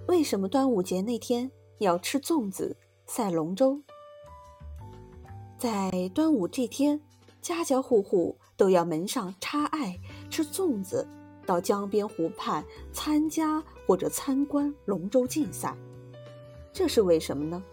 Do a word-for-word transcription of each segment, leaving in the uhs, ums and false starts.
为什么端午节那天要吃粽子、赛龙舟？在端午这天，家家户户都要门上插艾，吃粽子，到江边湖畔参加或者参观龙舟竞赛。这是为什么呢？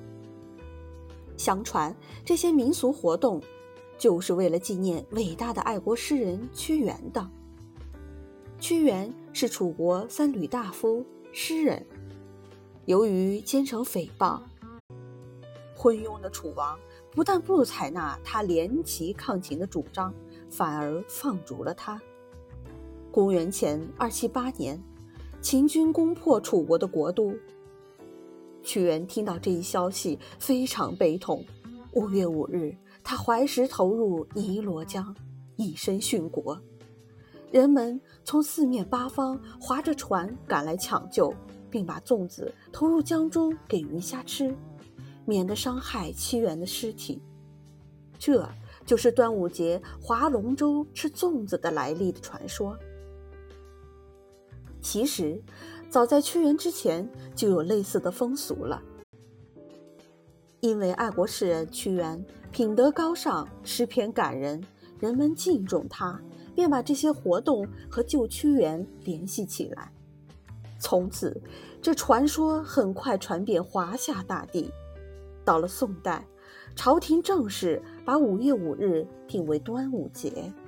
相传这些民俗活动就是为了纪念伟大的爱国诗人屈原的。屈原是楚国三闾大夫、诗人，由于奸臣诽谤，昏庸的楚王不但不采纳他联齐抗秦的主张，反而放逐了他。公元前二七八年，秦军攻破楚国的国都。屈原听到这一消息，非常悲痛。五月五日，他怀石投入尼罗江，以身殉国。人们从四面八方划着船赶来抢救，并把粽子投入江中给鱼虾吃，免得伤害屈原的尸体。这就是端午节划龙舟吃粽子的来历的传说。其实早在屈原之前就有类似的风俗了。因为爱国诗人屈原品德高尚，诗篇感人，人们敬重他，便把这些活动和救屈原联系起来。从此这传说很快传遍华夏大地。到了宋代，朝廷正式把五月五日定为端午节。